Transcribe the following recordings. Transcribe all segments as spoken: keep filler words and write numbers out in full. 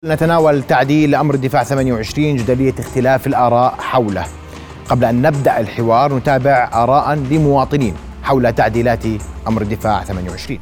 نتناول تعديل أمر الدفاع ثمانية وعشرين، جدلية اختلاف الآراء حوله. قبل أن نبدأ الحوار نتابع آراء لمواطنين حول تعديلات أمر الدفاع ثمانية وعشرين.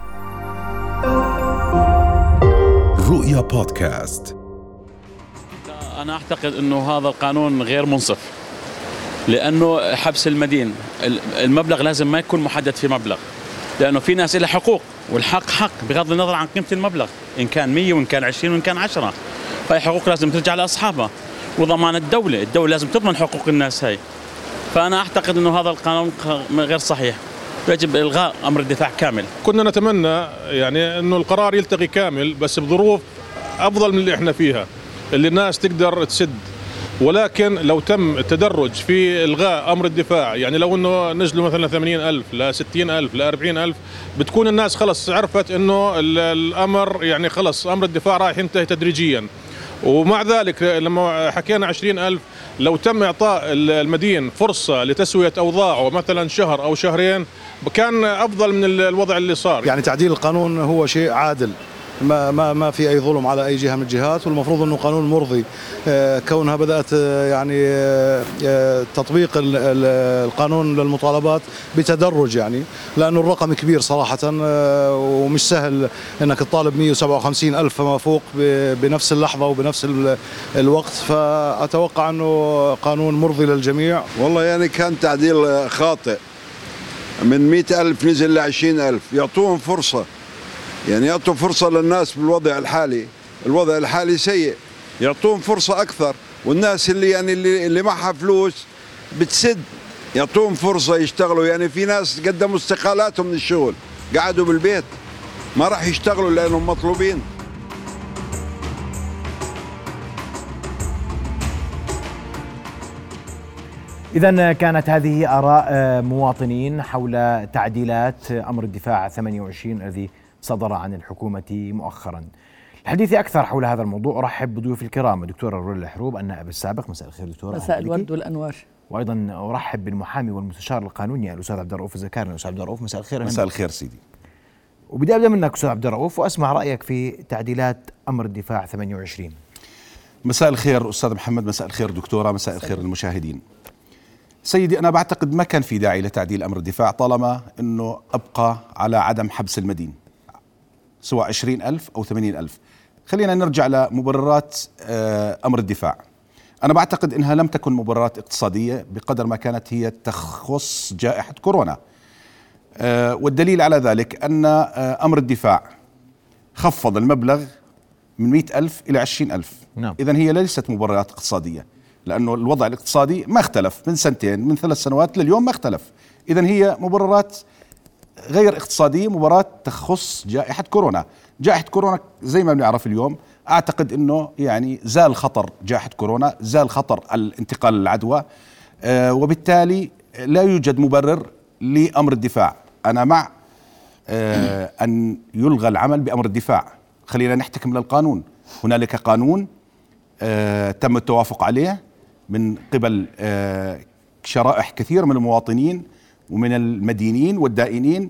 رؤيا بودكاست. أنا أعتقد أنه هذا القانون غير منصف، لأنه حبس المدين المبلغ لازم ما يكون محدد في مبلغ، لأنه في ناس لها حقوق، والحق حق بغض النظر عن قيمة المبلغ، إن كان مية وإن كان عشرين وإن كان عشرة، فهي حقوق لازم ترجع لأصحابها، وضمان الدولة الدولة لازم تضمن حقوق الناس هاي. فأنا أعتقد أنه هذا القانون غير صحيح، يجب إلغاء أمر الدفاع كامل. كنا نتمنى يعني أنه القرار يلتغي كامل بس بظروف أفضل من اللي إحنا فيها، اللي الناس تقدر تسد. ولكن لو تم التدرج في إلغاء أمر الدفاع، يعني لو أنه نزلوا مثلا ثمانين ألف لا ستين ألف لا أربعين ألف، بتكون الناس خلص عرفت أنه الأمر يعني خلص أمر الدفاع راح ينتهي تدريجيا. ومع ذلك لما حكينا عشرين ألف، لو تم إعطاء المدين فرصة لتسوية أوضاعه مثلا شهر أو شهرين كان أفضل من الوضع اللي صار. يعني تعديل القانون هو شيء عادل، ما ما ما في اي ظلم على اي جهه من الجهات، والمفروض انه قانون مرضي. كونها بدات يعني تطبيق القانون للمطالبات بتدرج، يعني لانه الرقم كبير صراحه ومش سهل انك تطالب مئة وسبعة وخمسين ألف فما فوق بنفس اللحظه وبنفس الوقت. فاتوقع انه قانون مرضي للجميع. والله يعني كان تعديل خاطئ، من مئة ألف نزل لعشرين ألف، يعطوهم فرصه، يعني يعطوا فرصة للناس بالوضع الحالي، الوضع الحالي سيء، يعطوهم فرصة أكثر. والناس اللي يعني اللي, اللي معها فلوس بتسد، يعطوهم فرصة يشتغلوا. يعني في ناس قدموا استقالاتهم من الشغل، قعدوا بالبيت ما راح يشتغلوا لأنهم مطلوبين. إذن كانت هذه آراء مواطنين حول تعديلات أمر الدفاع ثمانية وعشرين الذي صدر عن الحكومة مؤخرا. الحديث أكثر حول هذا الموضوع أرحب بضيوف الكرام الدكتورة رولا الحروب النائب السابق. مساء الخير دكتورة. مساء الورد والأنوار. وأيضا أرحب بالمحامي والمستشار القانوني الأستاذ عبد الرؤوف الزكاري. الأستاذ عبد الرؤوف مساء الخير. مساء الخير سيدي. وبدي أبدأ منك أستاذ عبد الرؤوف وأسمع رأيك في تعديلات أمر الدفاع ثمانية وعشرين. مساء الخير أستاذ محمد، مساء الخير دكتورة، مساء الخير المشاهدين. سيدي أنا بعتقد ما كان في داعي لتعديل أمر الدفاع طالما أنه أبقى على عدم حبس المدين سواء عشرين ألف أو ثمانين ألف. خلينا نرجع لمبررات أمر الدفاع. أنا بعتقد أنها لم تكن مبررات اقتصادية بقدر ما كانت هي تخص جائحة كورونا، والدليل على ذلك أن أمر الدفاع خفض المبلغ من مئة ألف إلى عشرين ألف. نعم. إذن هي ليست مبررات اقتصادية، لأنه الوضع الاقتصادي ما اختلف من سنتين، من ثلاث سنوات لليوم ما اختلف. إذن هي مبررات غير اقتصادية، مباراة تخص جائحة كورونا. جائحة كورونا زي ما بنعرف اليوم، أعتقد أنه يعني زال خطر جائحة كورونا، زال خطر الانتقال العدوى، آه وبالتالي لا يوجد مبرر لأمر الدفاع. أنا مع آه أن يلغى العمل بأمر الدفاع. خلينا نحتكم للقانون. هنالك قانون آه تم التوافق عليه من قبل آه شرائح كثير من المواطنين ومن المدينين والدائنين،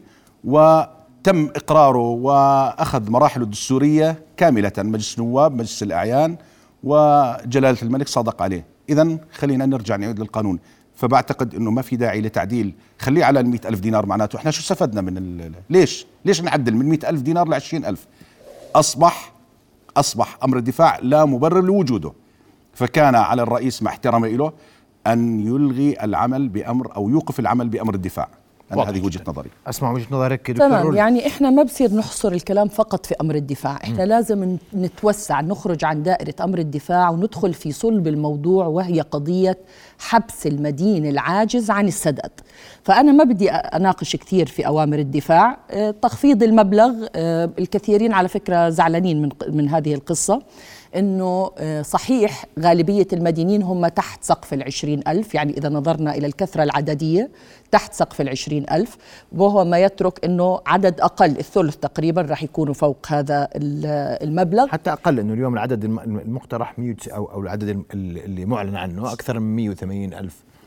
وتم إقراره وأخذ مراحله الدستورية كاملة. مجلس النواب، مجلس الأعيان وجلالة الملك صادق عليه. إذن خلينا نرجع نعيد للقانون. فبعتقد أنه ما في داعي لتعديل، خليه على المئة ألف دينار. معناته إحنا شو استفدنا من ال... ليش ليش نعدل من مئة ألف دينار لعشرين ألف؟ أصبح أصبح أمر الدفاع لا مبرر لوجوده. فكان على الرئيس مع احترامي له أن يلغي العمل بأمر أو يوقف العمل بأمر الدفاع. أنا هذه وجهة نظري. أسمع وجهة نظرك دكتور. تمام. يعني إحنا ما بصير نحصر الكلام فقط في أمر الدفاع، إحنا م. لازم نتوسع، نخرج عن دائرة أمر الدفاع وندخل في صلب الموضوع، وهي قضية حبس المدين العاجز عن السداد. فأنا ما بدي أناقش كثير في أوامر الدفاع. تخفيض المبلغ، الكثيرين على فكرة زعلانين من من هذه القصة، إنه صحيح غالبية المدينين هم تحت سقف العشرين ألف، يعني إذا نظرنا إلى الكثرة العددية تحت سقف العشرين ألف، وهو ما يترك إنه عدد أقل، الثلث تقريبا راح يكونوا فوق هذا المبلغ، حتى أقل. إنه اليوم العدد المقترح مية أو أو العدد اللي معلن عنه أكثر من مئة وثمانين ألف.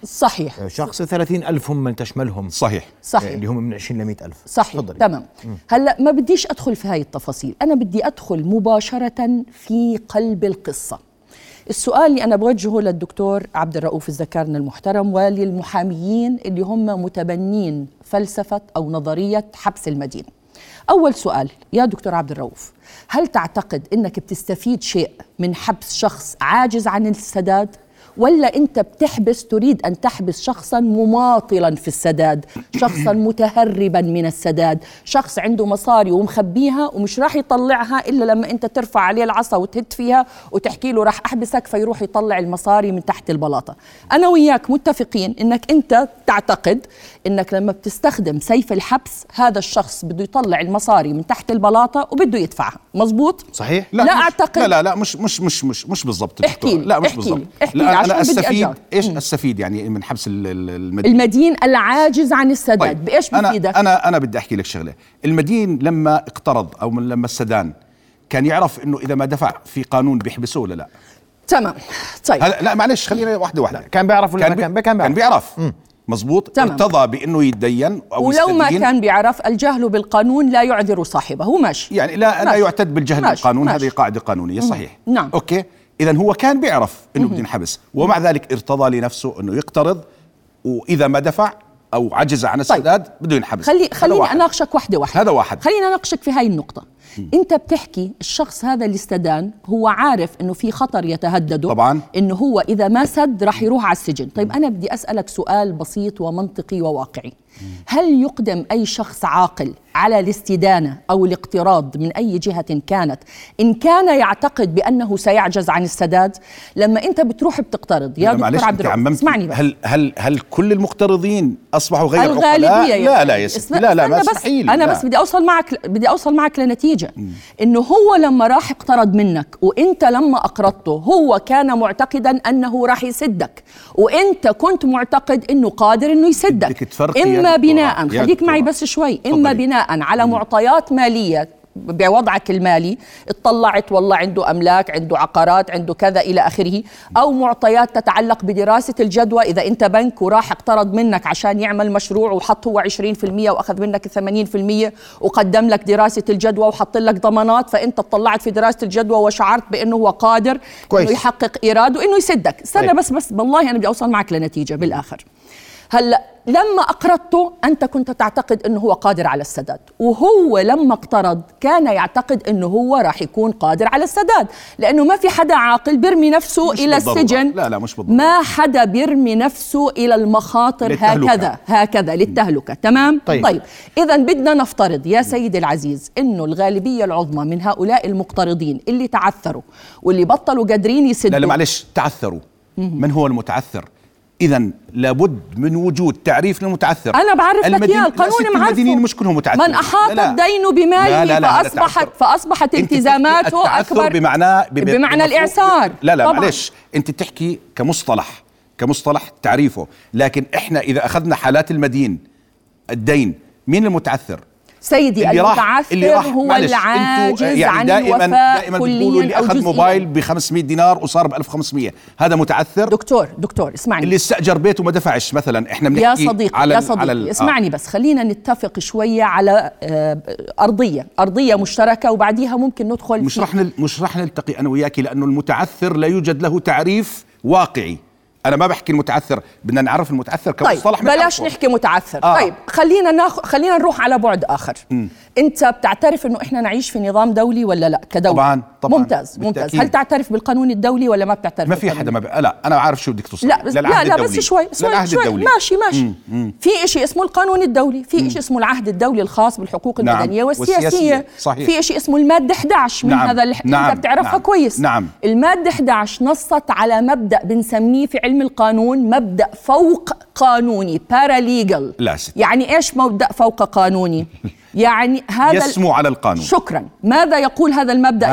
صحيح. شخص ثلاثين ألف هم من تشملهم. صحيح صحيح. اللي هم من عشرين لمئة ألف. صحيح. فضلي. تمام. هلأ ما بديش أدخل في هاي التفاصيل، أنا بدي أدخل مباشرة في قلب القصة. السؤال اللي أنا بوجهه للدكتور عبد الرؤوف الزكارن المحترم وللمحاميين اللي هم متبنين فلسفة أو نظرية حبس المدين. أول سؤال يا دكتور عبد الرؤوف، هل تعتقد أنك بتستفيد شيء من حبس شخص عاجز عن السداد، ولا أنت بتحبس تريد أن تحبس شخصاً مماطلاً في السداد، شخصاً متهرباً من السداد، شخص عنده مصاري ومخبيها ومش راح يطلعها إلا لما أنت ترفع عليه العصا وتهد فيها وتحكي له راح أحبسك فيروح يطلع المصاري من تحت البلاطة؟ أنا وياك متفقين أنك أنت تعتقد أنك لما بتستخدم سيف الحبس هذا الشخص بده يطلع المصاري من تحت البلاطة وبده يدفعها، مزبوط؟ صحيح؟ لا, لا أعتقد. لا لا لا مش مش مش مش مش بالضبط. احكي لي. لا مش احكي بالضبط. احكي لي. أنا أستفيد إيش أستفيد يعني من حبس المدين؟ المدين العاجز عن السداد. طيب. بإيش بفيدك؟ أنا أنا أنا بدي أحكي لك شغلة. المدين لما اقترض أو من لما السدان كان يعرف إنه إذا ما دفع في قانون بيحبسه ولا لا؟ تمام. طيب لا معلش خلينا واحدة واحدة. كان بيعرف ولا كان كان بي كان بيعرف؟ كان بيعرف. مزبوط. ارتضى بأنه يتدين أو ولو يستدين. ما كان بيعرف، الجهل بالقانون لا يعذر صاحبه، ماشي يعني لا ماشي. لا يعتد بالجهل ماشي. بالقانون، هذه قاعدة قانونية. مم. صحيح. نعم. أوكي. إذا هو كان بيعرف إنه بده ينحبس ومع ذلك ارتضى لنفسه إنه يقترض، وإذا ما دفع أو عجز عن السداد طيب. بده ينحبس. خلي خليني أناقشك واحدة واحدة. هذا واحد. خليني أناقشك في هاي النقطة. م. أنت بتحكي الشخص هذا اللي استدان هو عارف إنه في خطر يتهدده طبعا، إنه هو إذا ما سد راح يروح على السجن. طيب أنا بدي أسألك سؤال بسيط ومنطقي وواقعي. هل يقدم أي شخص عاقل على الاستدانة أو الاقتراض من أي جهة كانت إن كان يعتقد بأنه سيعجز عن السداد؟ لما أنت بتروح بتقترض يا دكتور عبد الرؤوف، اسمعني بس. هل هل هل كل المقترضين أصبحوا غير الغالبية؟ لا لا يا ستي، لا لا مستحيل. أنا لا. بس بدي أوصل معك بدي أوصل معك لنتيجة م. إنه هو لما راح اقترض منك وأنت لما أقرضته هو كان معتقدا أنه راح يسدك، وأنت كنت معتقد إنه قادر إنه يسدك. إما بناء، خليك معي بس شوي، إما بناء على معطيات مالية بوضعك المالي، اطلعت والله عنده أملاك، عنده عقارات، عنده كذا إلى آخره، أو معطيات تتعلق بدراسة الجدوى. إذا أنت بنك وراح اقترض منك عشان يعمل مشروع وحط هو عشرين بالمئة وأخذ منك ثمانين بالمئة وقدم لك دراسة الجدوى وحط لك ضمانات، فأنت اطلعت في دراسة الجدوى وشعرت بأنه هو قادر كويس. إنه يحقق إيراد وإنه يسدك. استنى بس بس والله أنا بدي أوصل معك لنتيجة بالآخر. هلأ لما أقرضته أنت كنت تعتقد أنه هو قادر على السداد، وهو لما اقترض كان يعتقد أنه هو راح يكون قادر على السداد، لأنه ما في حدا عاقل بيرمي نفسه إلى بالضبط. السجن. لا لا مش بالضبط. ما حدا بيرمي نفسه إلى المخاطر للتهلكة. هكذا هكذا للتهلكة. تمام. طيب, طيب. إذا بدنا نفترض يا سيدي العزيز أنه الغالبية العظمى من هؤلاء المقترضين اللي تعثروا واللي بطلوا قادرين يسدوا. لا لا معلش، تعثروا. من هو المتعثر؟ إذا لابد من وجود تعريف للمتعثر. أنا بعرف لك إياه، القانون معرفه. المدينين مش كلهم متعثرين. من أحاط الدين بماله لا لا لا فأصبحت فأصبحت التزاماته أكبر بمعنى بمعنى الإعسار. لا لا معلش، أنت تحكي كمصطلح كمصطلح تعريفه، لكن إحنا إذا أخذنا حالات المدين الدين، مين المتعثر؟ سيدي المتعثر هو العاجز يعني عن دائما الوفاء دائما كليا اللي أو أخذ جزئيا. موبايل ب خمسمئة دينار وصار ب ألف وخمسمئة، هذا متعثر. دكتور دكتور اسمعني، اللي استأجر بيته وما دفعش مثلا، احنا بنحكي يا صديقي على يا صديقي على اسمعني آه. بس خلينا نتفق شوية على آه أرضية أرضية مشتركة وبعديها ممكن ندخل. مش رح مش رح نلتقي أنا وياكي، لأنه المتعثر لا يوجد له تعريف واقعي. أنا ما بحكي المتعثر، بدنا نعرف المتعثر كمصطلح. طيب بلاش نحكي متعثر. آه. طيب خلينا ناخ... خلينا نروح على بعد آخر. م. أنت بتعترف إنه إحنا نعيش في نظام دولي ولا لا كدولة؟ طبعا طبعا. ممتاز ممتاز. هل تعترف بالقانون الدولي ولا ما بتعترف؟ ما في حدا ما ب... لا أنا عارف شو بدك توصل. لا بس لا لا بس شوي شوي, شوي. ماشي ماشي. م. م. في إشي اسمه القانون الدولي، في إشي اسمه العهد الدولي الخاص بالحقوق نعم. المدنية والسياسية. والسياسية. صحيح. في إشي اسمه المادة إحدى عشر من نعم. هذا اللي نعم. أنت بتعرفها نعم. كويس. نعم. المادة إحدى عشر نصت على مبدأ بنسميه في علم القانون مبدأ فوق قانوني، باراليجل. لا ستي. يعني إيش مبدأ فوق قانوني؟ يعني هذا يسمو على القانون. شكرا. ماذا يقول هذا المبدأ يا دكتور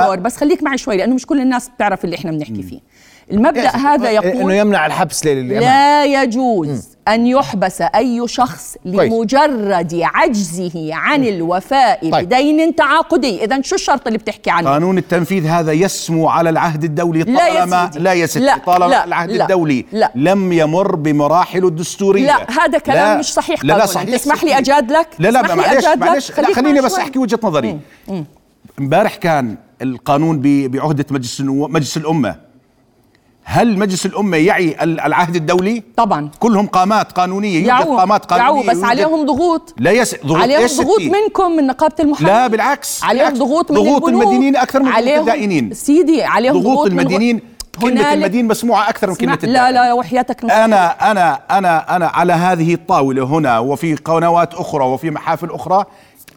دكتور بس خليك معي شوي لأنه مش كل الناس بتعرف اللي إحنا بنحكي فيه. المبدأ هذا يقول إنه يمنع الحبس للأمام. لا يجوز م. أن يحبس أي شخص لمجرد عجزه عن الوفاء طيب. بدين تعاقدي. إذن شو الشرط اللي بتحكي عنه؟ قانون التنفيذ هذا يسمو على العهد الدولي طالما لا يا ستي طالما لا العهد لا الدولي لا لم يمر بمراحله الدستورية. لا هذا كلام لا مش صحيح قانونا. لا صحيح. تسمح لي أجادلك؟ لا لا معلش معلش لا خليني بس أحكي وجهة نظري. امبارح كان القانون بعهدة مجلس مجلس الأمة. هل مجلس الأمة يعي العهد الدولي؟ طبعا كلهم قامات قانونية، يوجد قامات قانونية بس عليهم ضغوط. لا يس ضغوط عليهم ضغوط منكم من نقابة المحامين. لا بالعكس عليهم ضغوط من ضغوط المدينين أكثر من ضغوط الدائنين. سيدي عليهم ضغوط المدينين. كلمة المدين مسموعة أكثر من كلمة الدائن. لا لا وحياتك أنا أنا أنا أنا على هذه الطاولة هنا وفي قنوات أخرى وفي محافل أخرى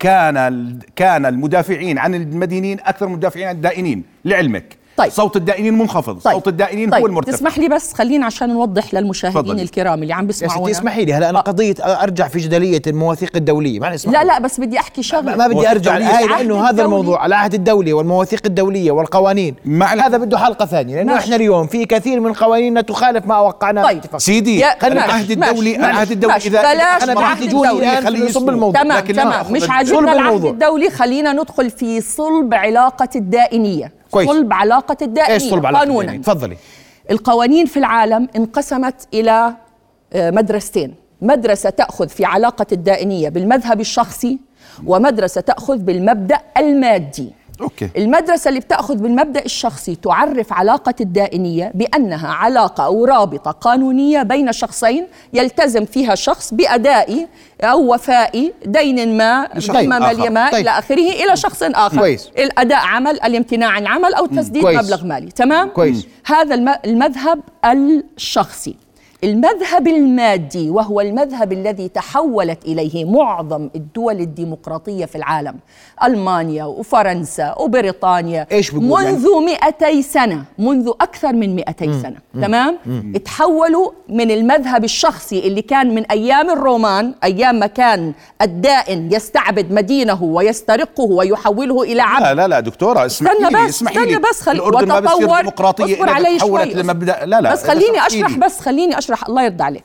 كان كان المدافعين عن المدينين أكثر من المدافعين عن الدائنين لعلمك. طيب. صوت الدائنين منخفض. طيب. صوت الدائنين طيب. هو المرتفع. تسمح لي بس خلينا عشان نوضح للمشاهدين فضل. الكرام اللي عم بيسمعونا. اسمحي لي هلا انا قضيه ارجع في جدليه المواثيق الدوليه. ما لا لا بس بدي احكي شغله. ما بدي ارجع هاي لانه هذا الموضوع العهد الدولي والمواثيق الدوليه والقوانين هذا بده حلقه ثانيه لانه ماشي. احنا اليوم في كثير من قوانيننا تخالف ما وقعناه. طيب. سيدي العهد الدولي العهد الدولي اذا انا بعهدوني الان نصب الموضوع. تمام تمام مش عاجبنا العهد الدولي خلينا ندخل في صلب علاقه الدائنيه. كويس. صلب علاقة الدائنية. ايش صلب علاقة قانونا تفضلي. القوانين في العالم انقسمت إلى مدرستين، مدرسة تأخذ في علاقة الدائنية بالمذهب الشخصي ومدرسة تأخذ بالمبدأ المادي. أوكي. المدرسة اللي بتأخذ بالمبدأ الشخصي تعرف علاقة الدائنية بأنها علاقة أو رابطة قانونية بين شخصين يلتزم فيها شخص بأداء أو وفاء دين ما إما مالية ما طيب. إلى آخره إلى شخص آخر. كويس. الأداء عمل، الامتناع عن عمل أو تسديد كويس. مبلغ مالي. تمام؟ كويس. هذا المذهب الشخصي. المذهب المادي وهو المذهب الذي تحولت إليه معظم الدول الديمقراطية في العالم، ألمانيا وفرنسا وبريطانيا منذ مئتي سنة، منذ أكثر من مئتي مم. سنة مم. تمام؟ مم. اتحولوا من المذهب الشخصي اللي كان من أيام الرومان، أيام ما كان الدائن يستعبد مدينه ويسترقه ويحوله إلى عبد. لا لا لا دكتورة اسمحي لي اسمحي لي بس خلي الأردن ما بتصير ديمقراطية إلا تحولت لمبدأ. لا لا بس خليني أشرح بس خليني أشرح الله يرضى عليك.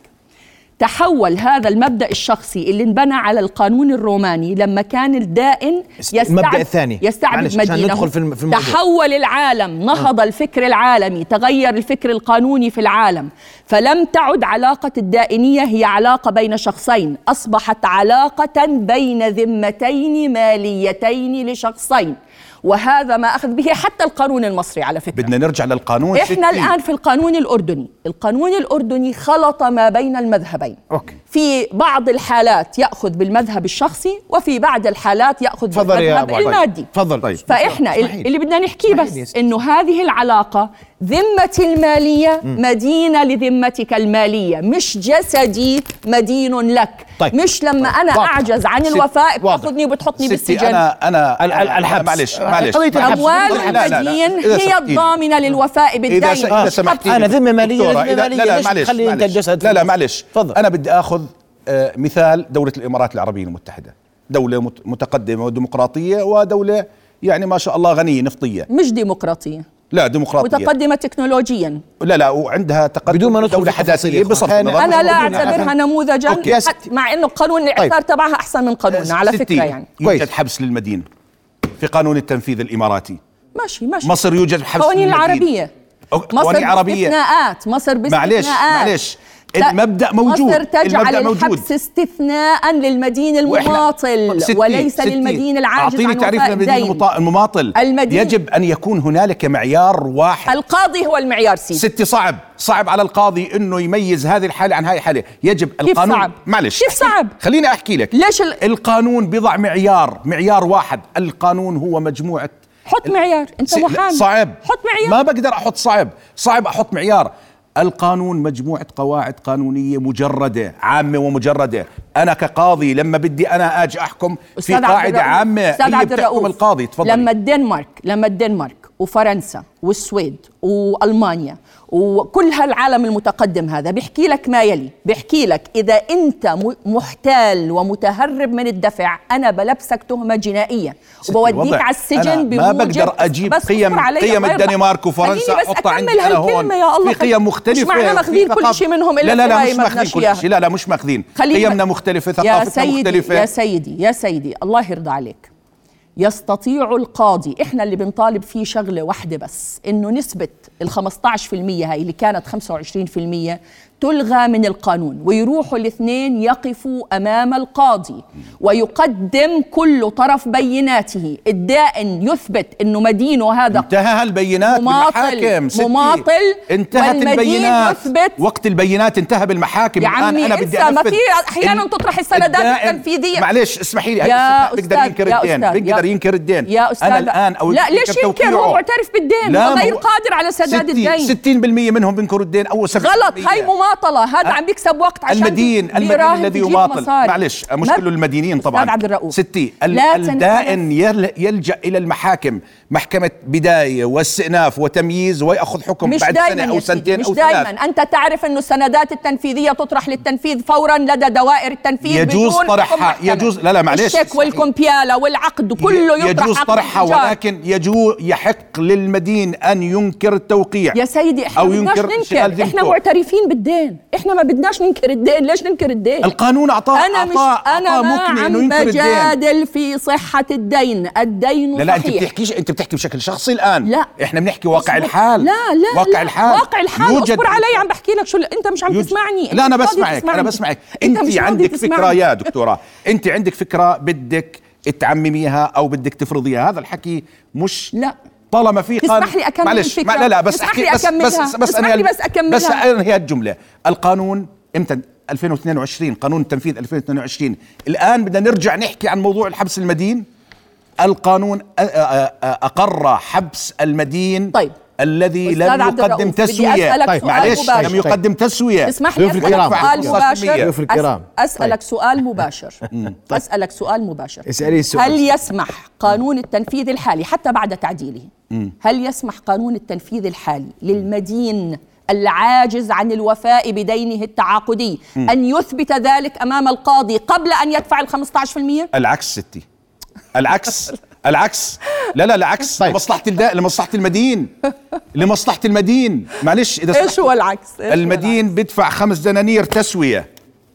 تحول هذا المبدأ الشخصي اللي انبنى على القانون الروماني لما كان الدائن يستعبد الثاني يستعبد مدينه. في تحول العالم، نهض م. الفكر العالمي، تغير الفكر القانوني في العالم، فلم تعد علاقة الدائنية هي علاقة بين شخصين، أصبحت علاقة بين ذمتين ماليتين لشخصين. وهذا ما أخذ به حتى القانون المصري على فكرة. بدنا نرجع للقانون. إحنا الآن في القانون الأردني، القانون الأردني خلط ما بين المذهبين. أوكي. في بعض الحالات يأخذ بالمذهب الشخصي وفي بعض الحالات يأخذ بالمذهب المادي. تفضل. طيب. فإحنا اللي بدنا نحكيه بس إنه هذه العلاقة ذمتي المالية م. مدينة لذمتك المالية، مش جسدي مدين لك. طيب. مش لما طيب. أنا واضح. أعجز عن الوفاء بتأخذني وبتحطني بالسجن. أنا أنا الحبس. معلش معلش أموال المدين هي الضامنة للوفاء بالدين. إذا سمحتي أنا ذمة مالية ذمة مالية. لا لا معلش خلي أنت الجسد. لا لا معلش. فضل. أنا بدي أخذ آه مثال دولة الإمارات العربية المتحدة، دولة متقدمة وديمقراطية ودولة يعني ما شاء الله غنية نفطية. مش ديمقراطية. لا ديمقراطية متقدمة تكنولوجيا. لا لا وعندها تقدم بدون ما ندخل دولة حداثية بصرف النظر. أنا لا أعتبرها نموذجا مع إنه قانون الإعثار طيب. تبعها أحسن من قانوننا على فكرة يعني. يوجد حبس للمدين في قانون التنفيذ الإماراتي. ماشي ماشي. مصر يوجد حبس قوانين العربية. قوانين عربية. باستثناءات. مصر باستثناءات. معلش معلش المبدأ موجود. مصر تجعل الحبس استثناء للمدين المماطل وليس ستي. للمدين العاجز عن وفاء تعريف المدين المماطل. المدين يجب أن يكون هنالك معيار واحد. القاضي هو المعيار سيدي. ستي صعب صعب على القاضي إنه يميز هذه الحالة عن هاي الحالة. يجب القانون. صعب؟ معلش كيف صعب؟ خليني أحكي لك. ليش ال... القانون بضع معيار معيار واحد. القانون هو مجموعة. حط معيار أنت محامي. صعب. حط معيار. ما بقدر أحط صعب صعب أحط معيار. القانون مجموعة قواعد قانونية مجردة عامة ومجردة. أنا كقاضي لما بدي أنا أجي أحكم في قاعدة عامة هي بتحكم القاضي. تفضل. لما الدنمارك لما الدنمارك وفرنسا والسويد وألمانيا وكل هالعالم المتقدم هذا بيحكي لك ما يلي، بيحكي لك إذا أنت محتال ومتهرب من الدفع أنا بلبسك تهمة جنائية وبوديك على السجن بموجب. ما بقدر أجيب قيم قيم الدنمارك وفرنسا أحطها عندي أنا هون في قيم مختلفة. مش معنى ماخذين كل شيء منهم إلا لا لا لا مش ماخذين كل شيء، لا لا مش ماخذين، قيمنا مختلفة، ثقافتنا مختلفة. يا سيدي يا سيدي الله يرضى عليك، يستطيع القاضي، احنا اللي بنطالب فيه شغله واحده بس، انه نسبه ال خمسة عشر بالمئة هاي اللي كانت خمسة وعشرين بالمئة تلغى من القانون، ويروحوا الاثنين يقفوا امام القاضي ويقدم كل طرف بيناته، الدائن يثبت انه مدينه هذا انتهى هالبينات بالمحاكم مماطل، انتهت البينات يثبت وقت البينات انتهى بالمحاكم. يا عمي انا بدي ما في احيانا تطرح السندات التنفيذيه. معلش اسمحي لي، بيقدر ينكر الدين، بيقدر ينكر الدين يا أستاذ. انا الان او لا ليش ينكر؟ هو معترف بالدين وغير قادر على سداد الدين. ستين بالمئة منهم بينكروا الدين او سبعين بالمئة. غلط، هاي مماطله، هذا عم بيكسب وقت عشان المدين المدين الذي يماطل. معلش مش كله المدينين طبعا عبد الرؤوف. ستي الدائن يلجأ الى المحاكم، محكمة بداية واستئناف وتمييز، ويأخذ حكم بعد سنة او سنتين مش او ثلاث. مش دائما انت تعرف انه السندات التنفيذية تطرح للتنفيذ فورا لدى دوائر التنفيذ، يجوز طرحها، يجوز لا لا معلش الشيك والكمبيالة والعقد كله يطرح، يجوز طرحها، ولكن يجوز يحق للمدين ان ينكر التوقيع. يا سيدي احنا ما بدناش ننكر، احنا معترفين بالدين، احنا ما بدناش ننكر الدين. ليش ننكر الدين؟ القانون اعطاه انا مش أعطاه انا ما عم بجادل في صحة الدين، الدين لا لا صحيح. انت بتحكيش، انت بتحكي بشكل شخصي الان. لا احنا بنحكي واقع الحال. لا لا واقع لا الحال واقع الحال يوجد. اصبر علي، عم بحكي لك شو انت مش عم تسمعني. لا انا بسمعك انا بسمعك انت, انت عندك فكرة يا دكتورة، انت عندك فكرة بدك تعمميها او بدك تفرضيها، هذا الحكي مش لا طالما في قانون. تسمح لي اكمل معلش الفكرة؟ لا لا بس احكي بس بس بس, بس انا بس اكملها بس انهي الجملة. القانون امتى؟ ألفين واثنين وعشرين، قانون التنفيذ ألفين واثنين وعشرين. الان بدنا نرجع نحكي عن موضوع الحبس المدين. القانون اقر حبس المدين طيب الذي لم يقدم تسوية. طيب معلش لم يقدم تسوية. اسمح لي أسألك سؤال مباشر. أسألك سؤال مباشر أسألك سؤال مباشر اسألي السؤال. هل يسمح قانون التنفيذ الحالي حتى بعد تعديله، هل يسمح قانون التنفيذ الحالي للمدين العاجز عن الوفاء بدينه التعاقدي أن يثبت ذلك أمام القاضي قبل أن يدفع ال خمسة عشر بالمئة؟ العكس ستي، العكس العكس لا لا العكس. طيب. لمصلحة الداء، لمصلحة المدين، لمصلحة المدين. معلش إذا إيش هو العكس؟ إيش المدين العكس؟ بيدفع خمس دنانير تسوية،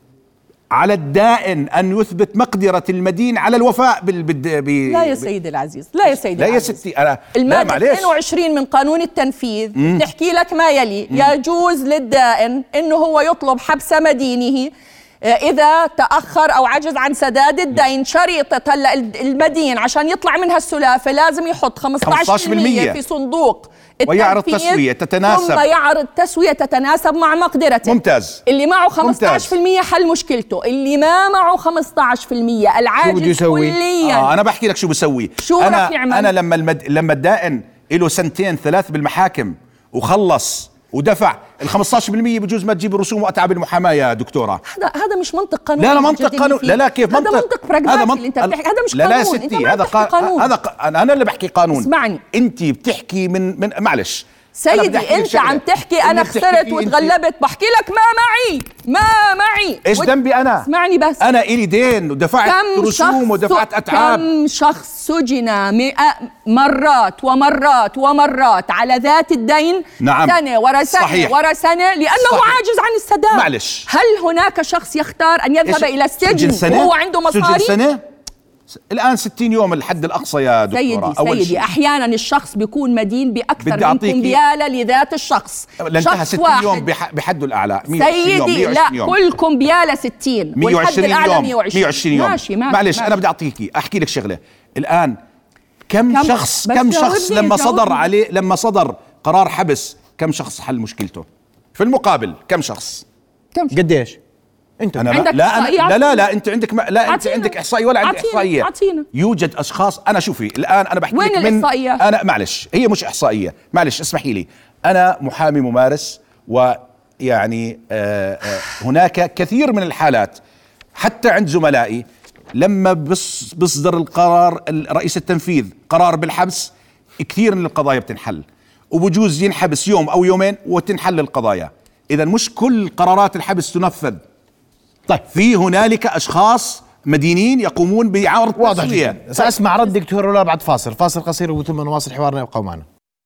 على الدائن أن يثبت مقدرة المدين على الوفاء بال بال لا يا سيدي العزيز، لا يا سيدي لا العزيز. يا ستي أنا المادة اثنين وعشرين من قانون التنفيذ مم. تحكي لك ما يلي: مم. يجوز للدائن إنه هو يطلب حبس مدينه إذا تأخر أو عجز عن سداد الدين. شريطة هلا المدين عشان يطلع منها السلافة لازم يحط خمسة عشر بالمئة في صندوق ويعرض تسوية تتناسب، ثم يعرض تسوية تتناسب مع مقدرته. ممتاز. اللي معه خمسة عشر بالمئة حل مشكلته، اللي ما معه خمسة عشر بالمئة العاجز كليا آه أنا بحكي لك شو بسوي. شو أنا رح يعمل؟ أنا لما المد... لما الدائن له سنتين ثلاث بالمحاكم وخلص ودفع ال خمسة عشر بالمئة بجوز ما تجيب رسوم واتعب المحاماه يا دكتوره. هذا هذا مش منطق قانوني. لا لا منطق قانون. لا لا كيف منطق؟ هذا منطق براغماتي اللي انت بتحكي. هذا مش لا قانون. لا ستي هذا قانون. هذا ق... انا اللي بحكي قانون. اسمعني، انت بتحكي من من معلش سيدي انت عم تحكي انا خسرت وتغلبت. بحكي لك ما معي ما معي ايش ذنبي انا؟ اسمعني بس، انا الي دين ودفعت رسوم ودفعت اتعاب. كم شخص سجن مرات ومرات ومرات على ذات الدين؟ نعم. سنة ورا سنة صحيح. ورا سنة لأنه صحيح. عاجز عن السداد. معلش، هل هناك شخص يختار أن يذهب إلى السجن وهو عنده مصاري؟ سجن سنة؟ الآن ستين يوم الحد الأقصى يا دكتورة. سيدي أول سيدي أحيانا الشخص بيكون مدين بأكثر من أعطيكي. كمبيالة لذات الشخص. لانتهى ستين يوم بحده الأعلى. سيدي لا يوم. كل كمبيالة ستين والحد الأعلى مئة وعشرين يوم. ماشي ماشي معلش ماشي. أنا بدي أعطيكي أحكي لك شغلة. الآن كم, كم شخص كم شخص لما جاوبني. صدر عليه لما صدر قرار حبس كم شخص حل مشكلته؟ في المقابل كم شخص؟ كم قديش؟ انت أنا عندك لا أنا إحصائية؟ لا لا لا انت عندك ما لا انت عطينا. عندك احصائيه ولا عندك عطينا. احصائيه. عطينا. يوجد اشخاص انا شوفي الان انا بحكي وين لك من الإحصائية؟ انا معلش هي مش احصائيه، معلش اسمحي لي، انا محامي ممارس ويعني آه آه هناك كثير من الحالات حتى عند زملائي لما بص بصدر القرار رئيس التنفيذ قرار بالحبس كثير من القضايا بتنحل، وبجوز ينحبس يوم او يومين وتنحل القضايا. اذا مش كل قرارات الحبس تنفذ. طيب في هنالك اشخاص مدينين يقومون بعرض واضح تسوية. جدا. سأسمع رد دكتور ولا بعد فاصل فاصل قصير وثم نواصل حوارنا. يبقوا معنا.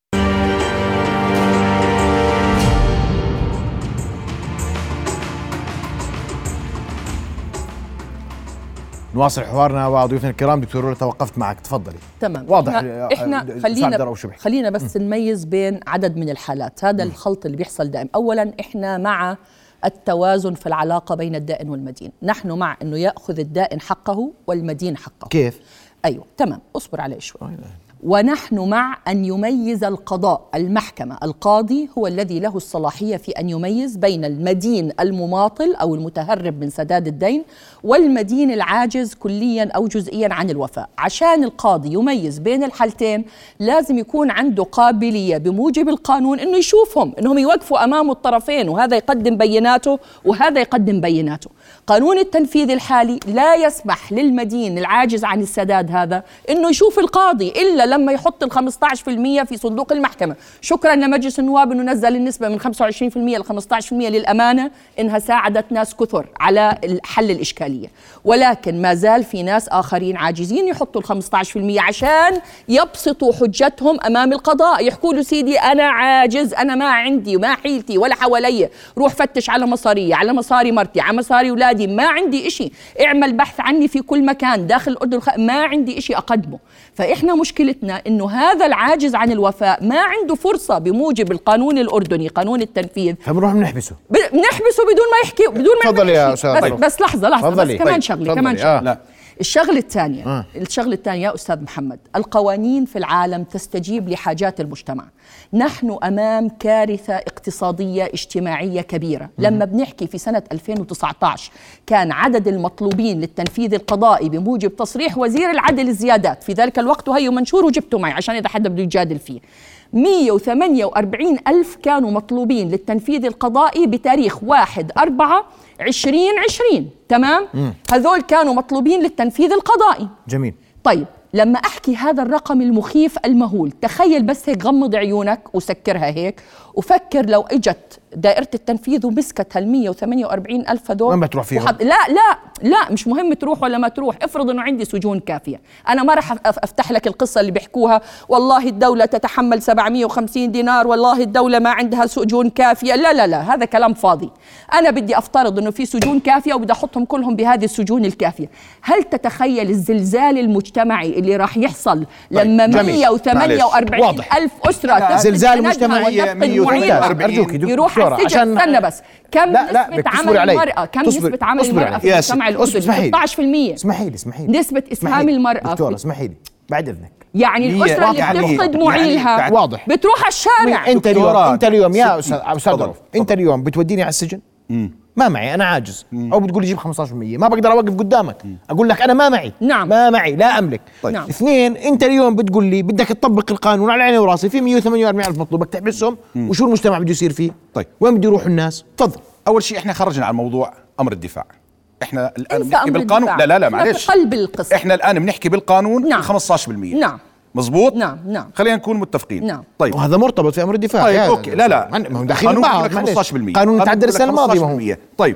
نواصل حوارنا وضيوفنا الكرام. دكتور ولا توقفت معك، تفضلي. تمام. واضح. احنا, احنا خلينا خلينا بس نميز بين عدد من الحالات. هذا م. الخلط اللي بيحصل دائم. اولا احنا مع التوازن في العلاقة بين الدائن والمدين. نحن مع أنه يأخذ الدائن حقه والمدين حقه. كيف؟ أيوة تمام، أصبر علي شوي. ونحن مع أن يميز القضاء، المحكمة، القاضي هو الذي له الصلاحية في أن يميز بين المدين المماطل أو المتهرب من سداد الدين والمدين العاجز كليا أو جزئيا عن الوفاء. عشان القاضي يميز بين الحالتين لازم يكون عنده قابلية بموجب القانون أنه يشوفهم، أنهم يوقفوا أمامه الطرفين، وهذا يقدم بيناته وهذا يقدم بيناته. قانون التنفيذ الحالي لا يسمح للمدين العاجز عن السداد هذا أنه يشوف القاضي إلا لما يحط ال خمسة عشر بالمئة في صندوق المحكمة. شكرا لمجلس النواب أنه نزل النسبة من خمسة وعشرين بالمئة ل خمسة عشر بالمئة للأمانة، إنها ساعدت ناس كثر على حل الإشكالية، ولكن ما زال في ناس آخرين عاجزين يحطوا ال خمسة عشر بالمئة عشان يبسطوا حجتهم أمام القضاء. يحكوا له سيدي أنا عاجز، أنا ما عندي وما حيلتي ولا حوالي، روح فتش على مصارية، على مصاري مرتي، على مصاري أولادي، ما عندي إشي، اعمل بحث عني في كل مكان داخل الأردن، ما عندي إشي أقدمه. فإحنا مشكلتنا إنه هذا العاجز عن الوفاء ما عنده فرصة بموجب القانون الأردني، قانون التنفيذ، فبنروح بنحبسه بنحبسه بدون ما يحكي، بدون ما تفضل يا أستاذ. بس, بس لحظة لحظة بس كمان طيب. شغلة كمان شغلة. آه. لا. الشغلة الثانية آه. الشغلة الثانية يا أستاذ محمد، القوانين في العالم تستجيب لحاجات المجتمع. نحن أمام كارثة اقتصادية اجتماعية كبيرة. لما بنحكي في سنة ألفين وتسعة عشر كان عدد المطلوبين للتنفيذ القضائي بموجب تصريح وزير العدل الزيادات في ذلك الوقت، وهي منشور وجبته معي عشان إذا حدا بده يجادل فيه، مئة وثمانية وأربعين ألف كانوا مطلوبين للتنفيذ القضائي بتاريخ واحد أربعة عشرين عشرين. تمام؟ مم. هذول كانوا مطلوبين للتنفيذ القضائي. جميل. طيب لما أحكي هذا الرقم المخيف المهول، تخيل بس هيك، غمض عيونك وسكرها هيك وفكر لو اجت دائرة التنفيذ ومسكت هال مئة وثمانية وأربعين ألف هذول، وين بتروح فيهم؟ وحط... لا لا لا مش مهم تروح ولا ما تروح، افرض انه عندي سجون كافية. انا ما راح افتح لك القصة اللي بيحكوها والله الدولة تتحمل سبعمئة وخمسين دينار، والله الدولة ما عندها سجون كافية. لا لا لا هذا كلام فاضي. انا بدي افترض انه في سجون كافية وبدي احطهم كلهم بهذه السجون الكافية. هل تتخيل الزلزال المجتمعي اللي راح يحصل لما مئة وثمانية وأربعين ألف أسرة زلزال مجتمعي مئة وثمانية وأربعين أرجوك يروح السجن؟ استنى بس، كم لا لا نسبة عمل المرأة؟ كم نسبة عمل المرأة في المجتمع الأردني؟ ستة عشر بالمئة. اسمحي لي اسمحي لي نسبة إسهام المرأة. دكتورة اسمحي لي بعد إذنك، يعني الأسرة اللي بتفقد معيلها يعني واضح بتروح على الشارع. أنت اليوم أنت اليوم يا أستاذ أستاذ أنت اليوم بتوديني على السجن؟ ما معي، أنا عاجز. مم. أو بتقول لي جيب خمسة عشر بالمئة، ما بقدر أوقف قدامك. مم. أقول لك أنا ما معي. نعم. ما معي، لا أملك. طيب. نعم. اثنين، أنت اليوم بتقول لي بدك تطبق القانون على عيني وراسي، في مئة وثمانية وأربعين ألف مطلوبك تحبسهم. مم. وشو المجتمع بده يصير فيه؟ طيب وين بده يروحوا الناس؟ تفضل. أول شيء إحنا خرجنا عن موضوع أمر الدفاع. إحنا الآن بنحكي بالقانون. لا لا لا معلش، في قلب القصة. إحنا الآن بنحكي بالقانون. نعم. خمسة عشر بالمئة. نعم. مزبوط. نعم نعم. خلينا نكون متفقين. نعم. طيب وهذا مرتبط في امر الدفاع. طيب اوكي. لا لا ما هو داخلين بعض. خمسة عشر بالمئة قانون تعدل السنه الماضيه. ما هو طيب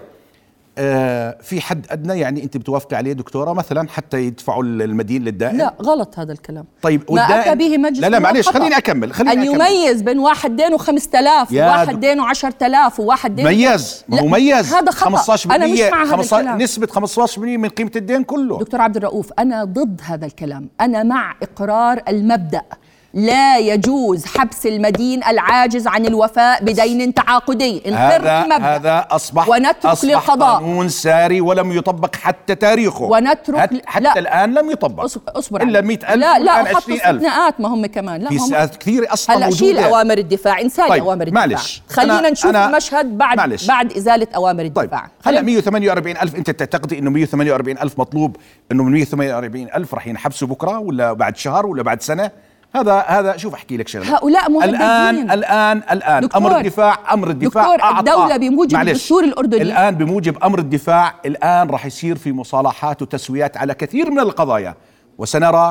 آه في حد ادنى يعني انت بتوافقي عليه دكتوره مثلا حتى يدفعوا المدين للدائن؟ لا غلط هذا الكلام. طيب ما اتى به مجلس. لا لا معلش خليني اكمل خليني ان أكمل. يميز بين واحد دينه خمسة آلاف وواحد دينه عشرة آلاف وواحد دينه ميز. ما هو ميز. هذا خطأ. خمسة عشر بالمئة. انا مش مع هذا الكلام. نسبه خمسة عشر بالمئة من قيمه الدين كله. دكتور عبد الرؤوف انا ضد هذا الكلام. انا مع اقرار المبدأ، لا يجوز حبس المدين العاجز عن الوفاء بدين تعاقدي. هذا هذا اصبح ونترك أصبح للقضاء. قانون ساري ولم يطبق حتى تاريخه. ونترك حتى, حتى لا. الان لم يطبق. اصبر الا مئة ألف. لا لا حطوا استثناءات. ما هم كمان لا في استثناءات كثير اصلا هلا شيل اوامر الدفاع، انسان طيب. اوامر الدفاع. معلش. خلينا نشوف أنا المشهد بعد معلش. بعد ازاله اوامر الدفاع. طيب. هلا مئة وثمانية وأربعين ألف، انت تعتقدي انه مئة وثمانية وأربعين ألف مطلوب انه من مئة وثمانية وأربعين ألف راح ينحبسوا بكره ولا بعد شهر ولا بعد سنه؟ هذا هذا شوف احكي لك شغله. هؤلاء مهددين الان الان الان دكتور. امر الدفاع امر الدفاع دكتور الدوله بموجب الدستور الاردني الان بموجب امر الدفاع الان راح يصير في مصالحات وتسويات على كثير من القضايا، وسنرى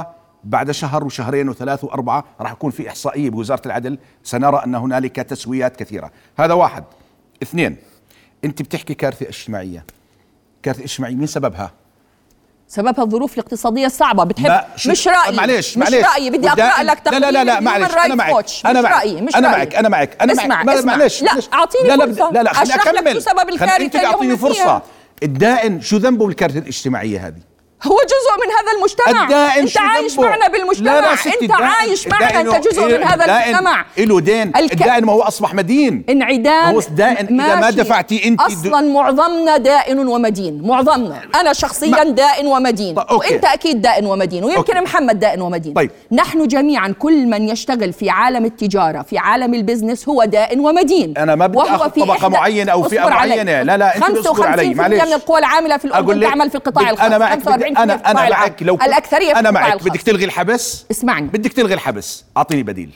بعد شهر وشهرين وثلاث وأربعة راح يكون في إحصائية بوزارة العدل، سنرى أن هنالك تسويات كثيرة. هذا واحد. اثنين، أنت بتحكي كارثة اجتماعية. كارثة اجتماعية مين سببها؟ سببها الظروف الاقتصادية الصعبة. بتحب مش رأيي معليش مش معليش رأيي بدي أقرأ لك تقرير. لا لا لا معلش أنا معك أنا معك أنا معك أنا معك أنا اسمع معك اسمع معلش لا أعطيني لا فرصة لا لا خليني أشرح لك أكمل. شو سبب الكارثة أنت أعطيني فرصة. الدائن شو ذنبه بالكارثة الاجتماعية هذه؟ هو جزء من هذا المجتمع. انت عايش معنا بالمجتمع. لا لا انت عايش معنا، انت جزء من هذا المجتمع. له دين. الك... الدائن ما هو اصبح مدين. انعدام هو دائن اذا ما دفعتي انت. اصلا معظمنا دائن ومدين، معظمنا. انا شخصيا ما... دائن ومدين. طيب. وانت اكيد دائن ومدين، ويمكن أوكي. محمد دائن ومدين. طيب. نحن جميعا كل من يشتغل في عالم التجارة في عالم البزنس هو دائن ومدين. انا ما بدي اخذ طبقة معينة او فئة معينة. لا لا انت اصبر علي معلش. خمسة وخمسين بالمئة من القوى العاملة في الأردن تعمل في القطاع الخاص. انا معك انا انا معك لو الأكثرية أنا معك. بدك تلغي الحبس؟ اسمعني، بدك تلغي الحبس، أعطيني بديل.